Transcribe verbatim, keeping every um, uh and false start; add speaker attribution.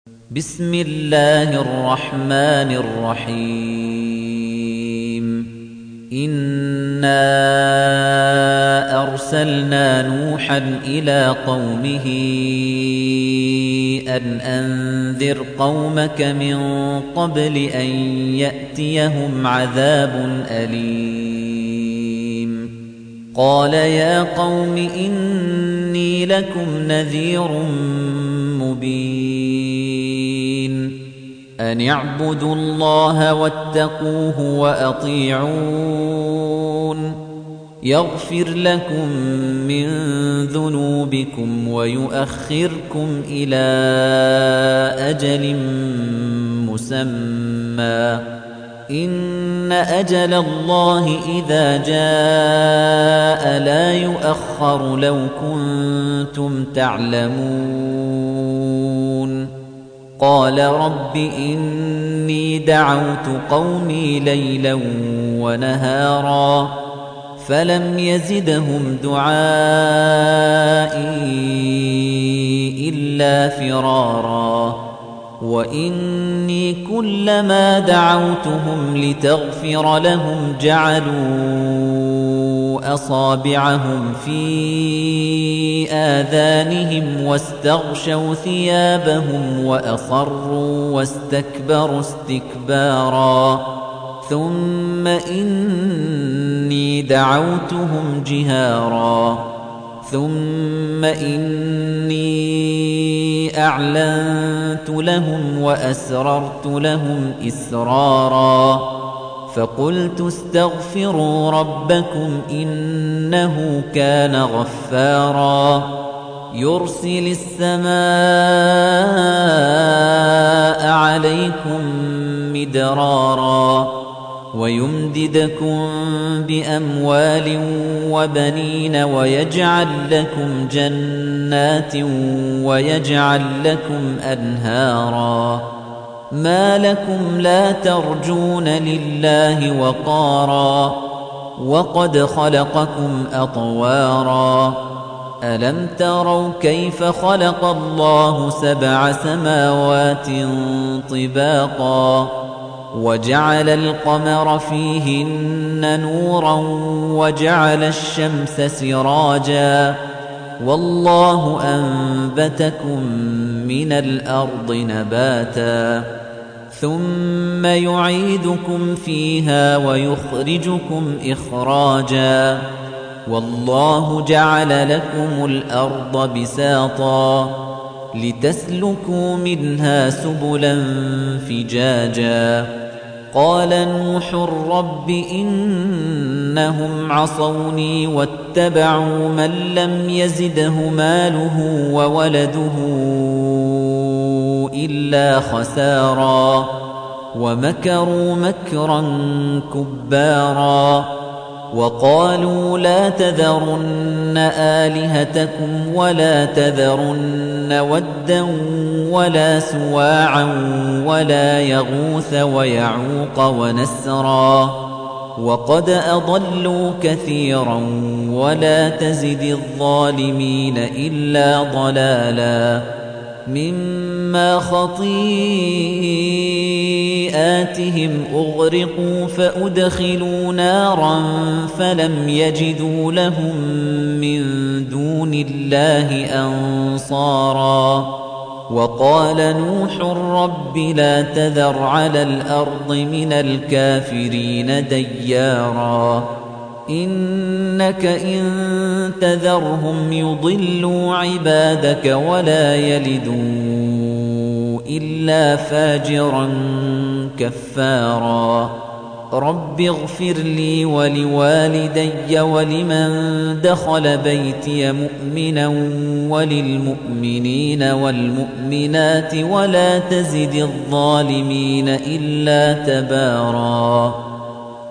Speaker 1: بسم الله الرحمن الرحيم إنا أرسلنا نوحا إلى قومه أن أنذر قومك من قبل أن يأتيهم عذاب أليم قال يا قوم إني لكم نذير مبين أن اعبدوا الله واتقوه وأطيعون يغفر لكم من ذنوبكم ويؤخركم إلى أجل مسمى إن أجل الله إذا جاء لا يؤخر لو كنتم تعلمون قال رب إني دعوت قومي ليلا ونهارا فلم يزدهم دعائي إلا فرارا وإني كلما دعوتهم لتغفر لهم جعلوا أصابعهم في آذانهم واستغشوا ثيابهم وأصروا واستكبروا استكبارا ثم إني دعوتهم جهارا ثم إني أعلنت لهم وأسررت لهم إسرارا فقلت استغفروا ربكم إنه كان غفارا يرسل السماء عليكم مدرارا ويمددكم بأموال وبنين ويجعل لكم جنات ويجعل لكم أنهارا ما لكم لا ترجون لله وقارا وقد خلقكم أطوارا ألم تروا كيف خلق الله سبع سماوات طباقا وجعل القمر فيهن نورا وجعل الشمس سراجا والله أنبتكم من الأرض نباتا ثم يعيدكم فيها ويخرجكم إخراجا والله جعل لكم الأرض بساطا لتسلكوا منها سبلا فجاجا قال نوح رب إنهم عصوني واتبعوا من لم يزده ماله وولده إلا خسارا ومكروا مكرا كبارا وقالوا لا تذرن آلهتكم ولا تذرن ودا ولا سواعا ولا يغوث ويعوق ونسرا وقد أضلوا كثيرا ولا تزد الظالمين إلا ضلالا مما خطيئاتهم أغرقوا فأدخلوا نارا فلم يجدوا لهم من دون الله أنصارا وقال نوح رب لا تذر على الأرض من الكافرين ديارا إنك إن تذرهم يضلوا عبادك ولا يلدوا إلا فاجرا كفارا رب اغفر لي ولوالدي ولمن دخل بيتي مؤمنا وللمؤمنين والمؤمنات ولا تزد الظالمين إلا تباراً